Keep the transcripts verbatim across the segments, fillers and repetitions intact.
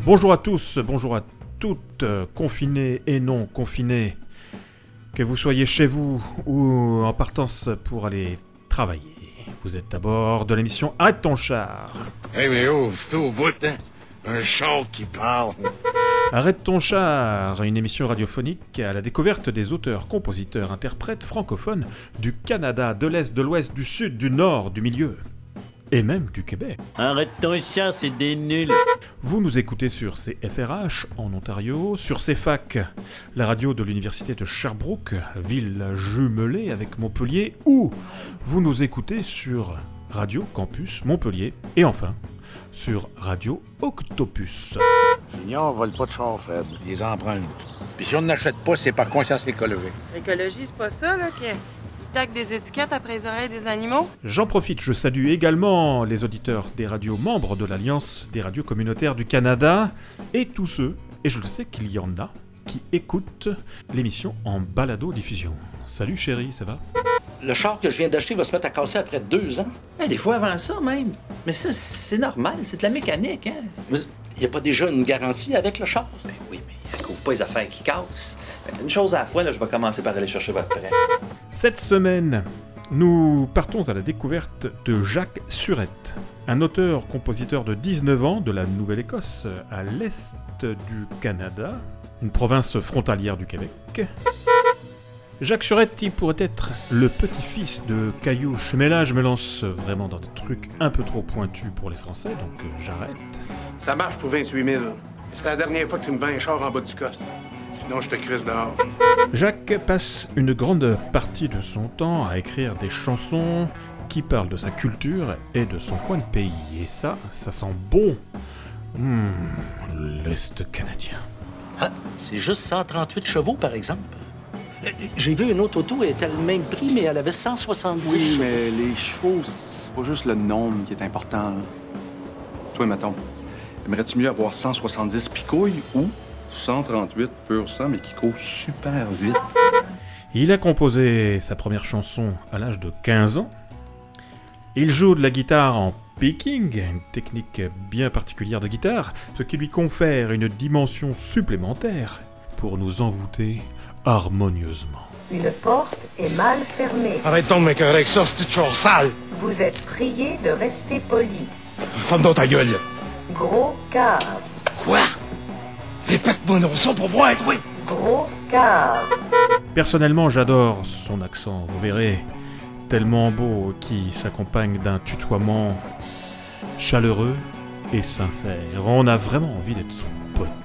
Bonjour à tous, bonjour à toutes, confinés et non confinés, que vous soyez chez vous ou en partance pour aller travailler. Vous êtes à bord de l'émission Arrête ton char. Hey mais oh, c'est au bout, hein? Un char qui parle. Arrête ton char, une émission radiophonique à la découverte des auteurs, compositeurs, interprètes francophones du Canada, de l'Est, de l'Ouest, du Sud, du Nord, du Milieu. Et même du Québec. Arrête ton chat, c'est des nuls. Vous nous écoutez sur C F R H en Ontario, sur C F A C, la radio de l'université de Sherbrooke, ville jumelée avec Montpellier, ou vous nous écoutez sur Radio Campus Montpellier, et enfin sur Radio Octopus. Junior vole pas de char, Fred. Il les emprunte. Puis si on n'achète pas, c'est par conscience écologique. L'écologie, c'est pas ça, là, qui tac des étiquettes après les oreilles des animaux. J'en profite, je salue également les auditeurs des radios membres de l'Alliance des radios communautaires du Canada et tous ceux, et je le sais qu'il y en a, qui écoutent l'émission en balado-diffusion. Salut chérie, ça va? Le char que je viens d'acheter va se mettre à casser après deux ans. Hey, des fois avant ça même. Mais ça, c'est normal, c'est de la mécanique, hein? Mais il n'y a pas déjà une garantie avec le char? Ben oui, mais elle couvre pas les affaires qui cassent. Une chose à la fois, là, je vais commencer par aller chercher votre prêt. Cette semaine, nous partons à la découverte de Jacques Surette, un auteur-compositeur de dix-neuf ans de la Nouvelle-Écosse, à l'est du Canada, une province frontalière du Québec. Jacques Surette, il pourrait être le petit-fils de Caillouche, mais là je me lance vraiment dans des trucs un peu trop pointus pour les Français, donc euh, j'arrête. Ça marche pour vingt-huit mille. C'est la dernière fois que tu me vends un char en bas du coste. Sinon, je te crisse dehors. Jacques passe une grande partie de son temps à écrire des chansons qui parlent de sa culture et de son coin de pays. Et ça, ça sent bon. Mmh, l'Est canadien. Ah, c'est juste cent trente-huit chevaux, par exemple. J'ai vu une autre auto, elle était le même prix, mais elle avait cent soixante-dix. Oui, mais les chevaux, c'est pas juste le nombre qui est important. Là. Toi, mettons, aimerais-tu mieux avoir cent soixante-dix picouilles ou cent trente-huit pur sang, mais qui courent super vite? Il a composé sa première chanson à l'âge de quinze ans. Il joue de la guitare en picking, une technique bien particulière de guitare, ce qui lui confère une dimension supplémentaire pour nous envoûter harmonieusement. Une porte est mal fermée. Arrête-toi de m'écœurer avec ça, c'est toujours sale. Vous êtes prié de rester poli. Ferme donc ta gueule. Gros cave. Quoi? Répète-moi non ça pour voir, oui. Gros cave. Personnellement, j'adore son accent, vous verrez, tellement beau, qui s'accompagne d'un tutoiement chaleureux et sincère. On a vraiment envie d'être son pote.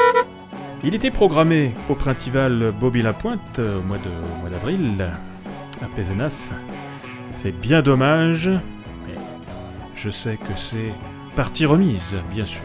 Il était programmé au Printival Bobby-Lapointe au mois, de, au mois d'avril, à Pézenas. C'est bien dommage, mais je sais que c'est partie remise, bien sûr.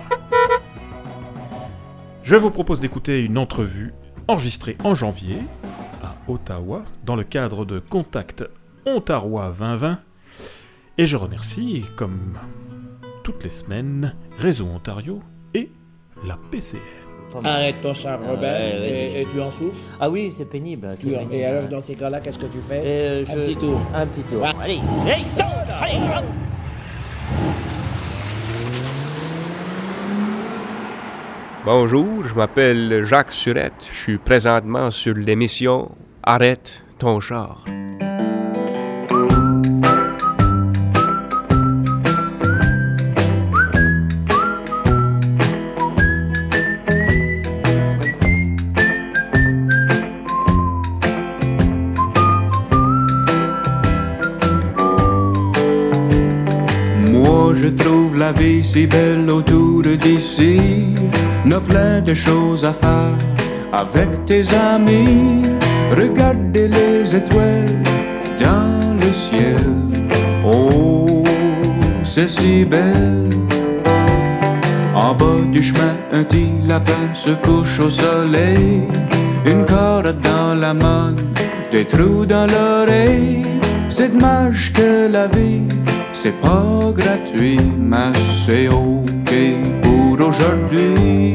Je vous propose d'écouter une entrevue enregistrée en janvier à Ottawa dans le cadre de Contact Ontario vingt vingt. Et je remercie, comme toutes les semaines, Réseau Ontario et la P C N. Arrête ton char, Robert, Ouais, ouais, et, je- et tu en souffres. Ah oui, c'est pénible. c'est Tu- pénible. et alors, dans ces cas-là, qu'est-ce que tu fais? Euh, Un je- petit tour. Un petit tour. Ouais. Allez, hey, go, allez, go. Bonjour, je m'appelle Jacques Surette. Je suis présentement sur l'émission Arrête ton char. Moi je trouve la vie si belle autour d'ici. N'a plein de choses à faire avec tes amis. Regardez les étoiles dans le ciel. Oh, c'est si belle. En bas du chemin, un petit lapin se couche au soleil. Une corde dans la main, des trous dans l'oreille. C'est dommage que la vie, c'est pas gratuit, mais c'est ok pour aujourd'hui.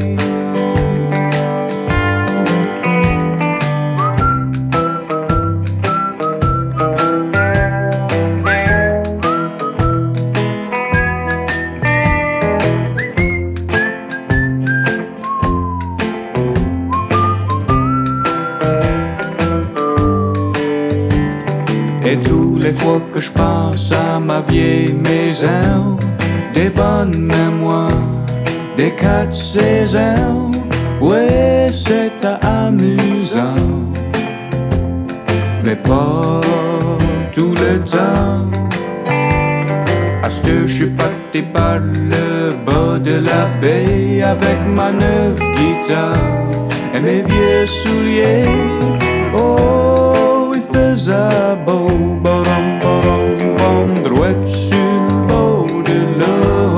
que je pense à ma vieille maison, des bonnes mémoires, des quatre saisons. Ouais, c'était amusant, mais pas tout le temps. À ce que je suis parti par le bas de la baie avec ma neuve guitare et mes vieux souliers. Oh, il faisait beau, borom, borom, bom, droit sur le bord de l'eau.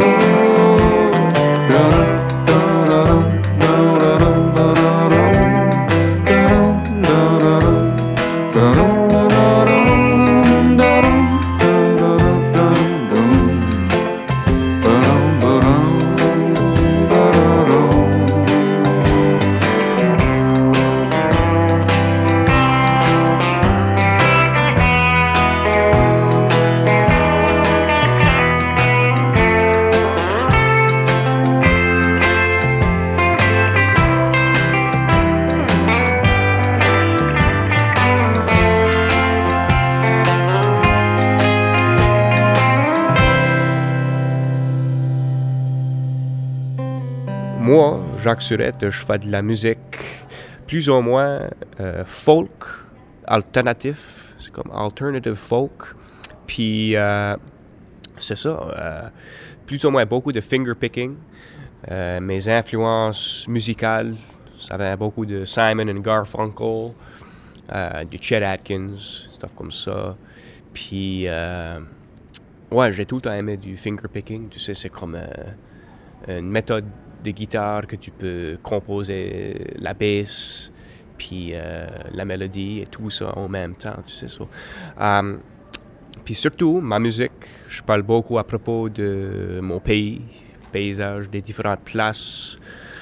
Moi, Jacques Surette, je fais de la musique plus ou moins euh, folk, alternatif, c'est comme alternative folk. Puis euh, c'est ça, euh, plus ou moins beaucoup de finger picking. Euh, mes influences musicales, ça vient beaucoup de Simon and Garfunkel, euh, de Chet Atkins, stuff comme ça. Puis euh, ouais, j'ai tout le temps aimé du finger picking. Tu sais, c'est comme euh, une méthode de guitare que tu peux composer la basse puis euh, la mélodie et tout ça en même temps, tu sais ça. Um, puis surtout, ma musique, je parle beaucoup à propos de mon pays, le paysage des différentes places,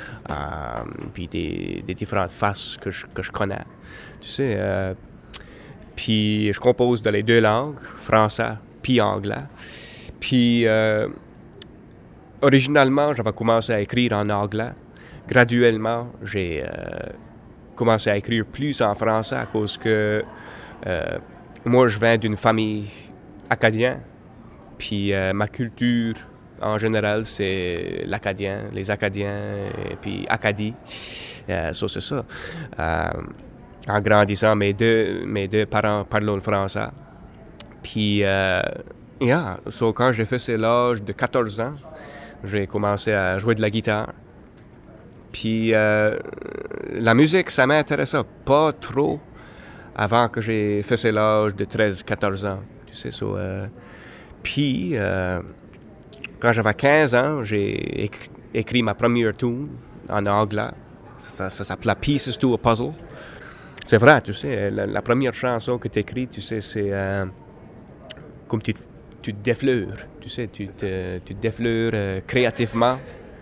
um, puis des, des différentes faces que je, que je connais, tu sais. Euh, puis je compose dans les deux langues, français puis anglais. Puis euh, originalement, j'avais commencé à écrire en anglais. Graduellement, j'ai euh, commencé à écrire plus en français à cause que euh, moi, je viens d'une famille acadienne. Puis euh, ma culture, en général, c'est l'acadien, les Acadiens, et puis Acadie. Euh, ça, c'est ça. Euh, en grandissant, mes deux, mes deux parents parlent le français. Puis, euh, yeah, so, quand j'ai fait l'âge de quatorze ans, j'ai commencé à jouer de la guitare. Puis euh, la musique, ça m'intéressait pas trop avant que j'ai fait l'âge de treize quatorze ans. Tu sais, so, euh, puis euh, quand j'avais quinze ans, j'ai écrit, écrit ma première tune en anglais. Ça, ça s'appelait Pieces to a Puzzle. C'est vrai, tu sais, la, la première chanson que tu écris, tu sais, c'est euh, comme tu te tu te défleures, tu sais, tu te, tu te défleures euh, créativement,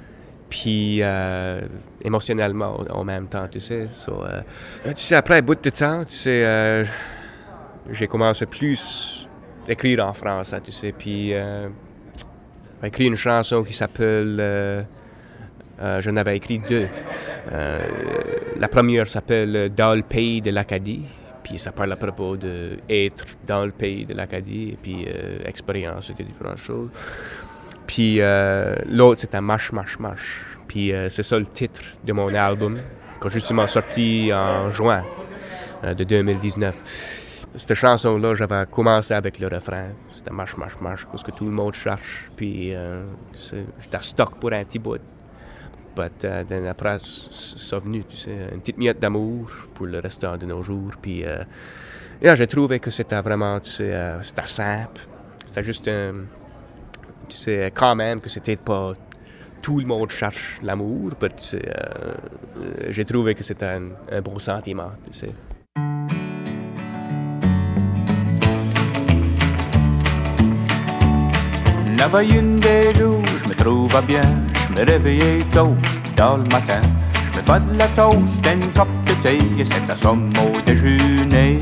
puis euh, émotionnellement en même temps, tu sais. So, euh, tu sais, après un bout de temps, tu sais, euh, j'ai commencé plus à écrire en français, tu sais, puis euh, j'ai écrit une chanson qui s'appelle, euh, euh, j'en avais écrit deux. Euh, la première s'appelle « Dans le pays de l'Acadie ». Puis ça parle à propos d'être dans le pays de l'Acadie, et puis euh, expérience et différentes choses. Puis euh, l'autre, c'était Marche, Marche, Marche. Puis euh, c'est ça le titre de mon album, qui est justement sorti en juin euh, de deux mille dix-neuf. Cette chanson-là, j'avais commencé avec le refrain. C'était Marche, Marche, Marche, parce que tout le monde cherche. Puis euh, tu sais, j'étais stock pour un petit bout. But, uh, après, c'est venu, tu sais, une petite miette d'amour pour le restant de nos jours. Puis, euh, yeah, j'ai trouvé que c'était vraiment, tu sais, euh, c'était simple. C'était juste, euh, tu sais, quand même que c'était pas tout le monde cherche l'amour. Mais tu sais, euh, j'ai trouvé que c'était un, un bon sentiment, tu sais. La veille une des jours, je me trouvais bien. Je me réveillais tôt dans le matin. Je me fais de la toast, une coupe de thé, et c'était ça mon déjeuner.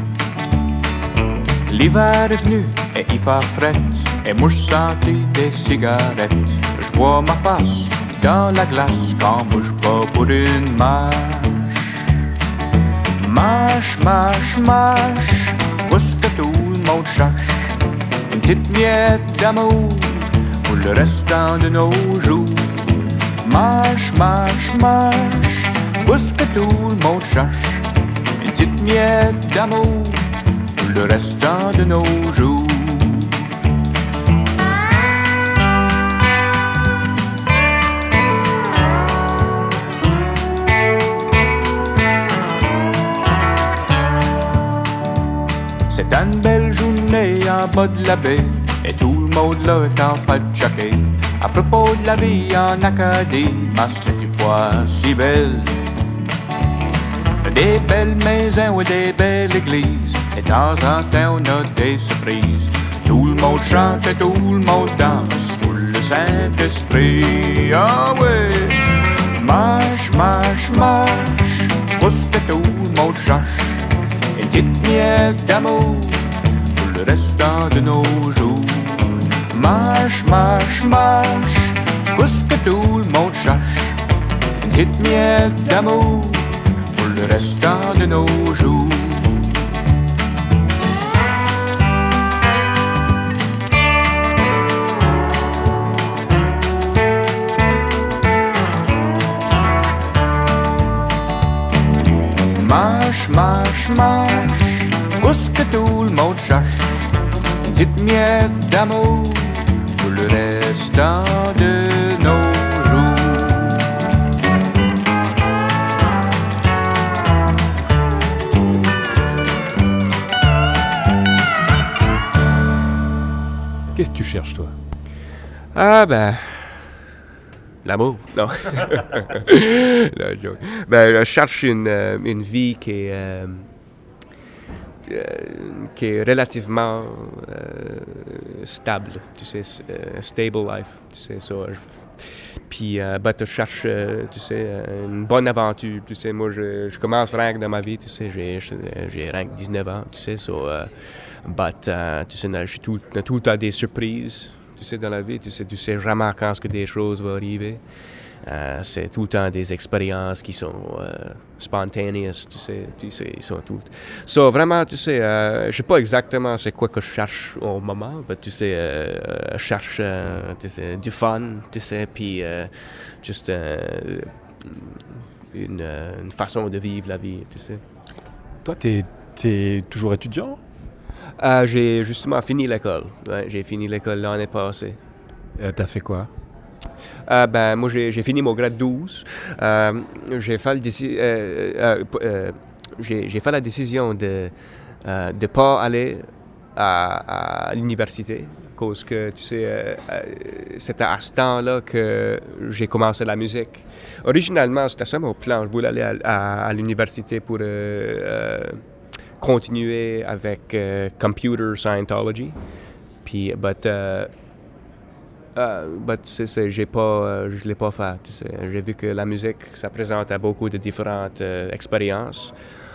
L'hiver est venu et il fait fret, et moi je sentais des cigarettes. Je vois ma face dans la glace quand moi je vais pour une marche. Marche, marche, marche, où est-ce que tout le monde cherche? une petite miette d'amour pour le restant de nos jours. Marche, marche, marche, où est-ce que tout le monde cherche? Une petite miette d'amour pour le restant de nos jours. C'est une belle journée en bas de la baie et tout le monde là est en fait choqué. À propos de la vie en Acadie, ma c'est-tu pas si belle? Des belles maisons et des belles églises, et de temps en temps on a des surprises. Tout le monde chante et tout le monde danse pour le Saint-Esprit. Ah ouais! Marche, marche, marche, où est-ce que tout le monde cherche? Une petite miette d'amour pour le restant de nos jours. Marche, marche, marche, où est-ce que tout le monde cherche? Une petite miette d'amour pour le restant de nos jours. Marche, marche, marche, où est-ce que tout le monde cherche? Une petite miette d'amour pour le restant de nos jours. Qu'est-ce que tu cherches, toi? Ah ben... L'amour, non. Non, joke. Ben, je cherche une, euh, une vie qui est, euh, euh, qui est relativement euh, stable, tu sais, euh, stable life, tu sais, ça. Je, puis, euh, ben, je cherche, euh, tu sais, une bonne aventure, tu sais. Moi, je, je commence rien que dans ma vie, tu sais, j'ai, j'ai rien que dix-neuf ans, tu sais, so, euh, but, uh, tu sais, je suis tout, tout le temps des surprises. Tu sais, dans la vie, tu sais, tu sais vraiment quand ce que des choses vont arriver. Euh, c'est tout le temps des expériences qui sont euh, spontaneous, tu sais, tu sais, ils sont toutes. So, vraiment, tu sais, euh, je sais pas exactement c'est quoi que je cherche au moment, mais tu sais, euh, je cherche, euh, tu sais, du fun, tu sais, puis euh, juste euh, une, une façon de vivre la vie, tu sais. Toi, t'es, t'es toujours étudiant? Euh, j'ai justement fini l'école. Ouais, j'ai fini l'école l'année passée. Euh, t'as fait quoi? Euh, ben, moi, j'ai, j'ai fini mon grade douze. Euh, j'ai, fait le déci- euh, euh, euh, j'ai, j'ai fait la décision de ne euh, pas aller à, à l'université. Cause que, tu sais, euh, euh, c'était à ce temps-là que j'ai commencé la musique. Originalement, c'était ça mon plan. Je voulais aller à, à, à l'université pour... Euh, euh, continuer avec uh, Computer Scientology. Puis, but, uh, uh, but c'est, c'est, j'ai pas, uh, je l'ai pas fait. Tu sais. J'ai vu que la musique, ça présente à beaucoup de différentes uh, expériences.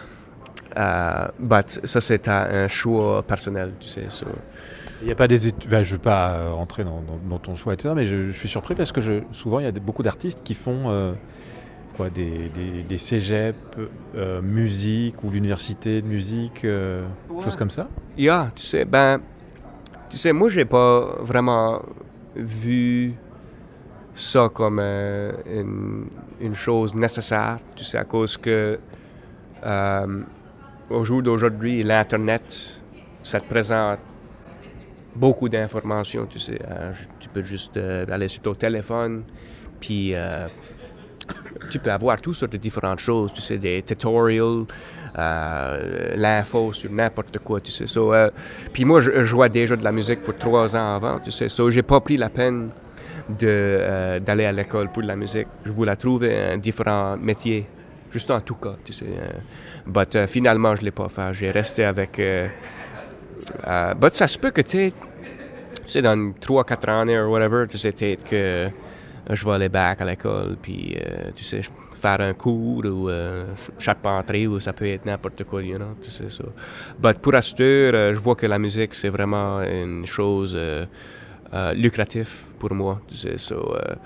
Uh, but ça, c'est un choix personnel, tu sais. So. Il n'y a pas des études... Enfin, je ne veux pas euh, entrer dans, dans, dans ton choix, et cetera, mais je, je suis surpris parce que je, souvent, il y a des, beaucoup d'artistes qui font... Euh, Quoi, des, des, des cégeps, euh, musique ou l'université de musique, euh, ouais. Choses comme ça? Yeah, tu sais, ben, tu sais, moi, j'ai pas vraiment vu ça comme euh, une, une chose nécessaire, tu sais, à cause que euh, au jour d'aujourd'hui, l'Internet, ça te présente beaucoup d'informations, tu sais. Euh, tu peux juste euh, aller sur ton téléphone, puis... Euh, tu peux avoir toutes sortes de différentes choses, tu sais, des tutorials, euh, l'info sur n'importe quoi, tu sais. So, euh, puis moi, je, je jouais déjà de la musique pour trois ans avant, tu sais. So, j'ai pas pris la peine de, euh, d'aller à l'école pour de la musique. Je voulais trouver un différent métier, juste en tout cas, tu sais. Euh, but euh, finalement, je l'ai pas fait. J'ai resté avec... Euh, euh, but ça se peut que, tu sais, dans trois quatre années ou whatever, tu sais, peut-être que... je vais aller back à l'école, puis, euh, tu sais, faire un cours ou euh, charpenter, ou ça peut être n'importe quoi, you know, tu sais, ça. But pour acheter, euh, je vois que la musique, c'est vraiment une chose euh, euh, lucrative pour moi, tu sais, ça. Euh,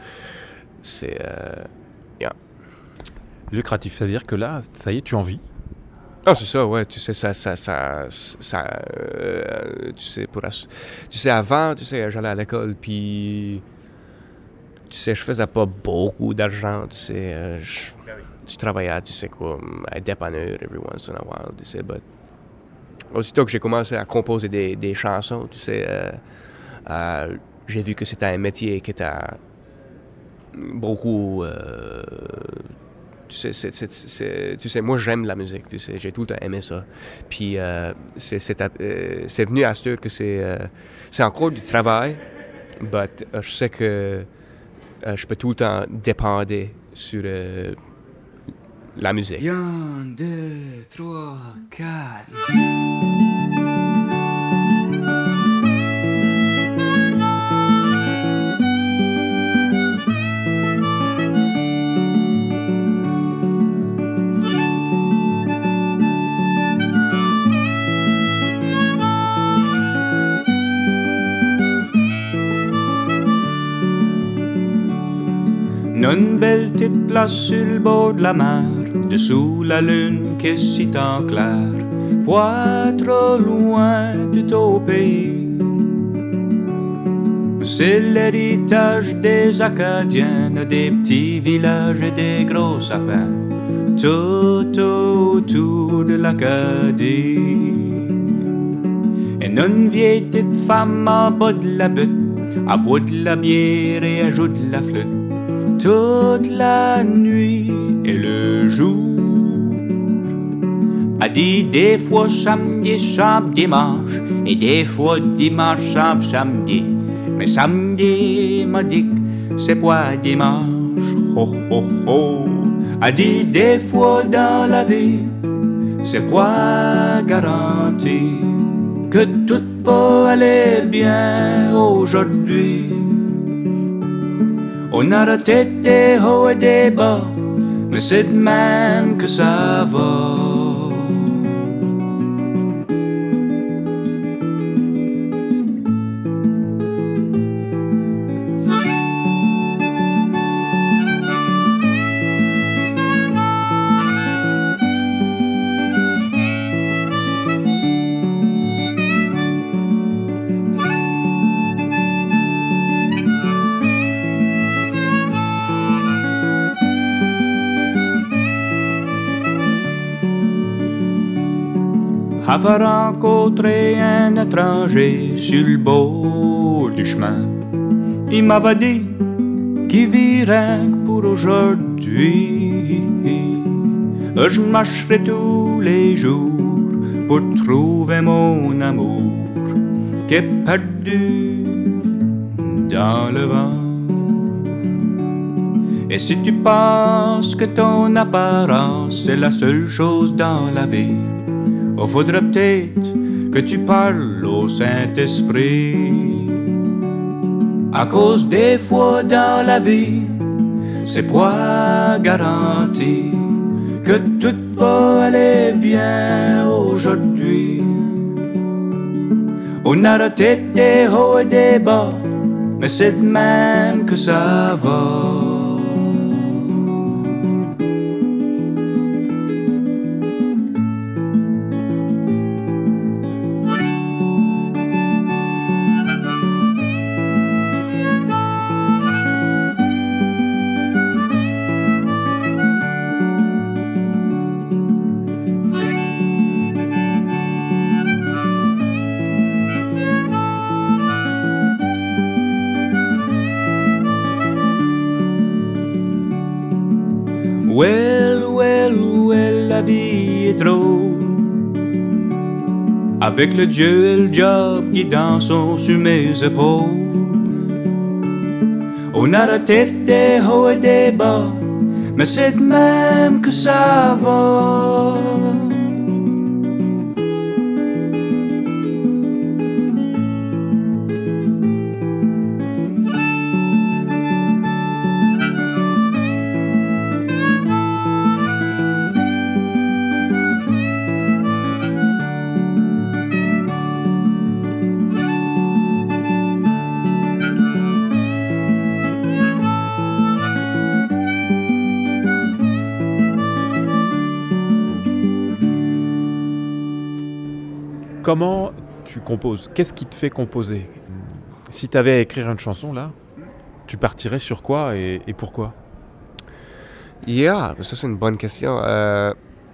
c'est, euh, yeah. Lucratif, c'est-à-dire que là, ça y est, tu en vis? Ah, c'est ça, ouais, tu sais, ça, ça, ça, ça euh, tu sais, pour, ass- tu sais, avant, tu sais, j'allais à l'école, puis, tu sais, je faisais pas beaucoup d'argent, tu sais, euh, je, je travaillais, tu sais, comme, à dépanneur every once in a while, tu sais, but, aussitôt que j'ai commencé à composer des, des chansons, tu sais, euh, euh, j'ai vu que c'était un métier qui était beaucoup... Euh, tu sais, c'est, c'est, c'est, tu sais, moi, j'aime la musique, tu sais, j'ai tout le temps aimé ça. Puis, euh, c'est, c'est, euh, c'est venu à ce tour que c'est, euh, c'est encore du travail, mais euh, je sais que euh, je peux tout le temps dépendre sur euh, la musique. Un, deux, trois, quatre. Une belle petite place sur le bord de la mer, dessous la lune qui est si tant claire, pas trop loin du tout pays. C'est l'héritage des Acadiens, des petits villages et des gros sapins, tout autour de l'Acadie. Et une vieille petite femme en bas de la butte, à bout de la bière et à jouer de la flûte, toute la nuit et le jour. A dit des fois samedi, samedi, dimanche, et des fois dimanche, samedi, samedi. Mais samedi m'a dit que c'est pas dimanche, ho ho ho. A dit des fois dans la vie, c'est pas garanti que tout va aller bien aujourd'hui. On a raté des hauts et des bas, mais c'est de même que ça va. Avoir rencontré un étranger sur le bord du chemin. Il m'avait dit qu'il vit rien que pour aujourd'hui. Je marcherai tous les jours pour trouver mon amour qui est perdu dans le vent. Et si tu penses que ton apparence est la seule chose dans la vie, il faudrait peut-être que tu parles au Saint-Esprit. À cause des fois dans la vie, c'est pas garanti que tout va aller bien aujourd'hui. On a raté des hauts et des bas, mais c'est de même que ça va. Well, well, well, la vie est drôle. Avec le Dieu et le job qui dansent sur mes épaules. On a raté des hauts et des bas, mais c'est de même que ça va. comment tu composes? Qu'est-ce qui te fait composer? Si tu avais à écrire une chanson, là, tu partirais sur quoi et, et pourquoi? Yeah, ça c'est une bonne question. Euh,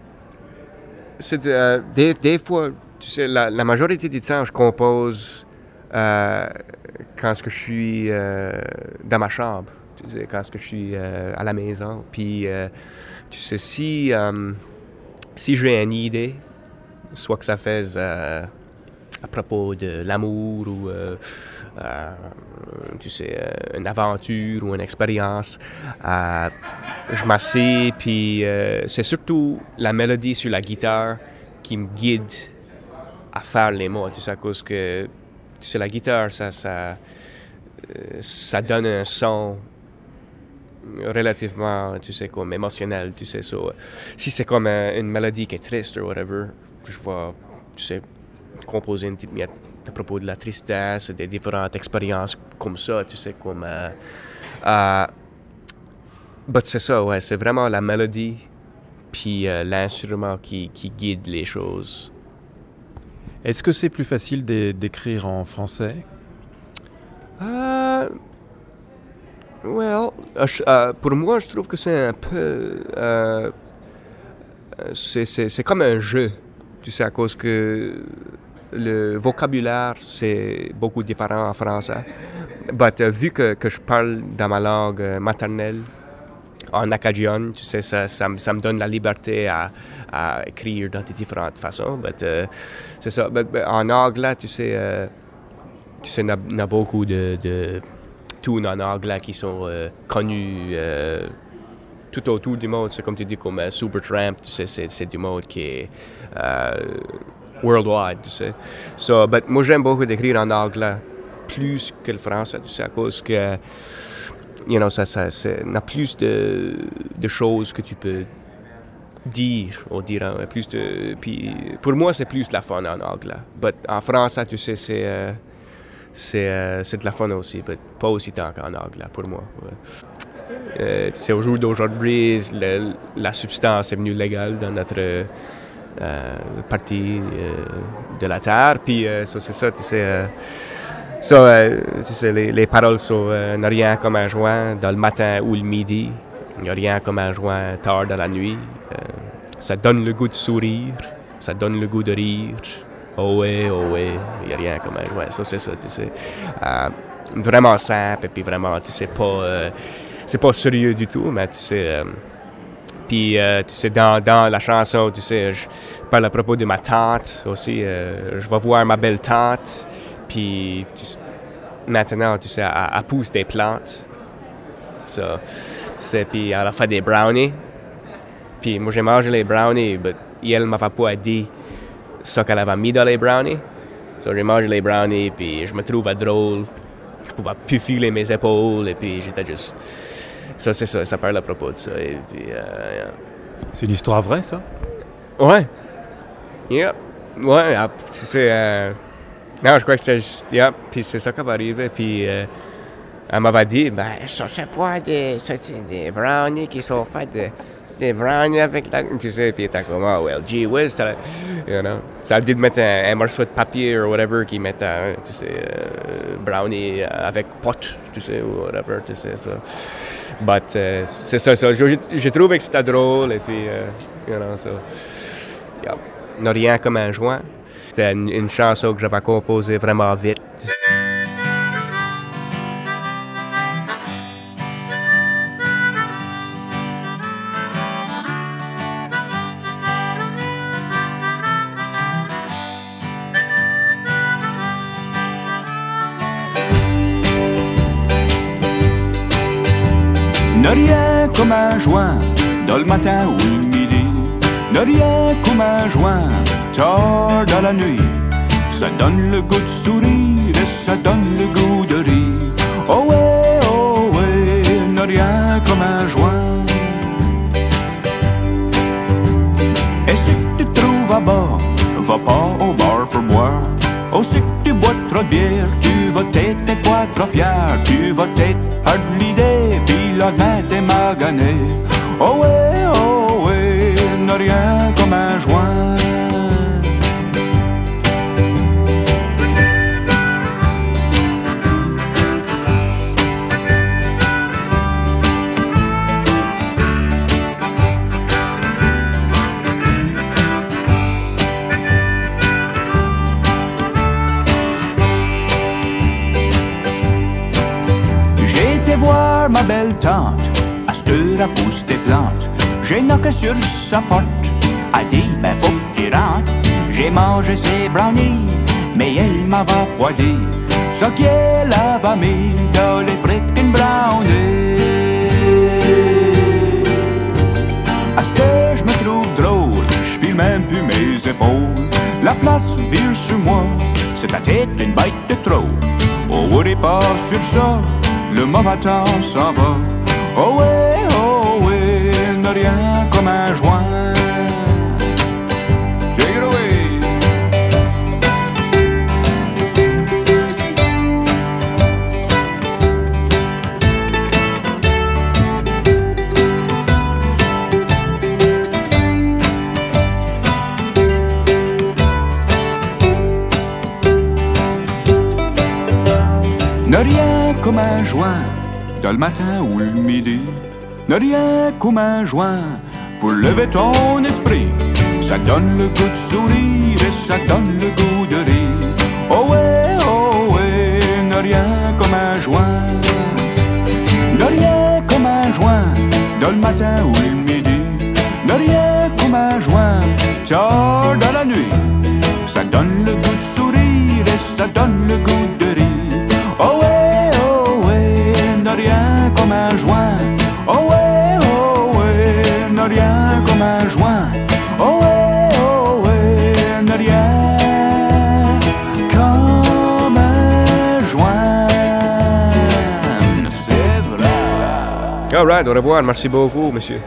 c'est, euh, des, des fois, tu sais, la, la majorité du temps, je compose euh, quand est-ce que je suis euh, dans ma chambre, tu sais, quand est-ce que je suis euh, à la maison. Puis, euh, tu sais, si, euh, si j'ai une idée, soit que ça fasse euh, à propos de l'amour ou euh, euh, tu sais, euh, une aventure ou une expérience, euh, je m'assieds, puis euh, c'est surtout la mélodie sur la guitare qui me guide à faire les mots, tu sais, à cause que, tu sais, la guitare, ça, ça, euh, ça donne un son relativement, tu sais, comme émotionnel, tu sais, so, si c'est comme un, une mélodie qui est triste ou whatever, je vais, tu sais, composer une petite miette à propos de la tristesse, des différentes expériences comme ça, tu sais, comme... Euh, euh, but c'est ça, ouais, c'est vraiment la mélodie puis euh, l'instrument qui, qui guide les choses. Est-ce que c'est plus facile d'é- d'écrire en français? Euh... Well, euh, euh, pour moi, je trouve que c'est un peu... Euh, c'est, c'est, c'est comme un jeu, tu sais, à cause que le vocabulaire, c'est beaucoup différent en français. But uh, vu que, que je parle dans ma langue euh, maternelle, en acadien, tu sais, ça, ça, ça me donne la liberté à, à écrire dans de différentes façons. But, uh, c'est ça. But, but en anglais, tu sais, uh, tu sais, il y a beaucoup de, de tunes en anglais qui sont euh, connues euh, tout autour du monde. C'est comme tu dis, comme uh, Supertramp, tu sais, c'est, c'est du monde qui est uh, worldwide, tu sais. So, but moi, j'aime beaucoup d'écrire en anglais plus que le français, tu sais, à cause que you know, ça, ça, c'est, il y a plus de, de choses que tu peux dire, on dirait, plus de, puis pour moi, c'est plus de la fun en anglais. But en français, tu sais, c'est, euh, c'est, euh, c'est de la fun aussi, but pas aussi tant qu'en anglais, pour moi. Ouais. Euh, tu sais, au jour d'aujourd'hui, le, la substance est venue légale dans notre euh, partie euh, de la Terre, puis euh, ça, c'est ça, tu sais... Euh, So, euh, tu sais, les, les paroles sont euh, n'a rien comme un joint dans le matin ou le midi, il n'y a rien comme un joint tard dans la nuit. Euh, ça donne le goût de sourire, ça donne le goût de rire. Oh ouais, oh ouais, il n'y a rien comme un joint. Ça, c'est ça, tu sais. Euh, vraiment simple, et puis vraiment, tu sais, pas, euh, c'est pas sérieux du tout, mais tu sais. Euh, puis, euh, tu sais, dans, dans la chanson, tu sais, je parle à propos de ma tante aussi. Euh, je vais voir ma belle tante. Puis tu, maintenant, tu sais, elle, elle pousse des plantes. So, tu sais, puis elle a fait des brownies. Puis moi, j'ai mangé les brownies, mais elle ne m'avait pas dit ce qu'elle avait mis dans les brownies. So, j'ai mangé les brownies, puis je me trouvais drôle. Je pouvais plus filer mes épaules, et puis j'étais juste... Ça, c'est ça, ça parle à propos de ça. Et puis, euh, yeah. C'est une histoire vraie, ça? Ouais. Yeah. Ouais, tu sais... Euh, Non, je crois que c'était... Yeah, puis c'est ça qui va arriver. Puis euh, elle m'avait dit, ben, ça, c'est pas des, ça, c'est des brownies qui sont faits de... C'est des brownies avec la... Tu sais, puis t'es comme, oh, well, gee whiz, you know. Ça a dit de mettre un, un morceau de papier ou whatever qui met un, tu sais, euh, brownie avec pot, tu sais, ou whatever, tu sais, ça. But euh, c'est ça, ça. J'ai, j'ai trouvé que c'était drôle, et puis, euh, you know, so... Yeah. N'a rien comme un joint. C'était une, une chanson que j'avais composée vraiment vite. Ne rien comme un joint dans le matin ou le midi. Ne rien comme un joint tard dans la nuit. Ça donne le goût de sourire et ça donne le goût de rire. Oh ouais, oh ouais, ne rien comme un joint. Et si tu te trouves à bord, va pas au bar pour boire. Oh, si tu bois trop de bière, tu vas t'être pas trop fier. Tu vas t'être hard l'idée, puis le lendemain t'es magané. Oh ouais, oh ouais, ne rien comme un joint. Viens voir ma belle tante, à cette heure elle pousse des plantes. J'ai knocké sur sa porte, elle dit ben faut que tu rentres. J'ai mangé ses brownies, mais elle m'avait pas dit ce qu'elle avait mis dans les frickin' brownies. À ce que je me trouve drôle, je file même plus mes épaules. La place vire sur moi, c'est ta tête une bête de trop. Oh oui, pas sur ça, le mauvais temps s'en va. Oh ouais, oh ouais, n'a rien comme un joint. Take it away. N'a rien comme un joint, dans le matin ou le midi. N'a rien comme un joint, pour lever ton esprit. Ça donne le goût de sourire et ça donne le goût de rire. Oh ouais, oh ouais, n'a rien comme un joint. N'a rien comme un joint, dans le matin ou le midi. N'a rien comme un joint, tard dans la nuit. Ça donne le goût de sourire et ça donne le goût de rire. Oh ouais, oh ouais, n'a rien comme un joint. Oh ouais, oh ouais, n'a rien comme un joint. Oh ouais, oh ouais, n'a rien comme un joint. C'est vrai. All right, au revoir, merci beaucoup, monsieur.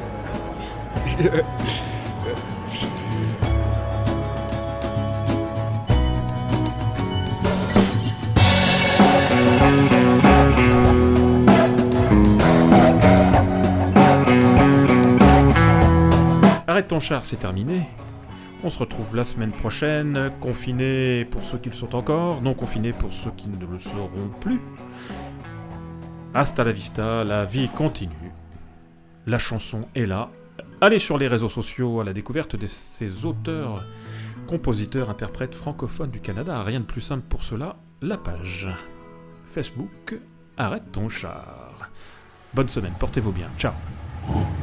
Arrête ton char, c'est terminé. On se retrouve la semaine prochaine, confinés pour ceux qui le sont encore, non confinés pour ceux qui ne le seront plus. Hasta la vista, la vie continue. La chanson est là. Allez sur les réseaux sociaux à la découverte de ces auteurs, compositeurs, interprètes francophones du Canada. Rien de plus simple pour cela, la page Facebook Arrête ton char. Bonne semaine, portez-vous bien, ciao.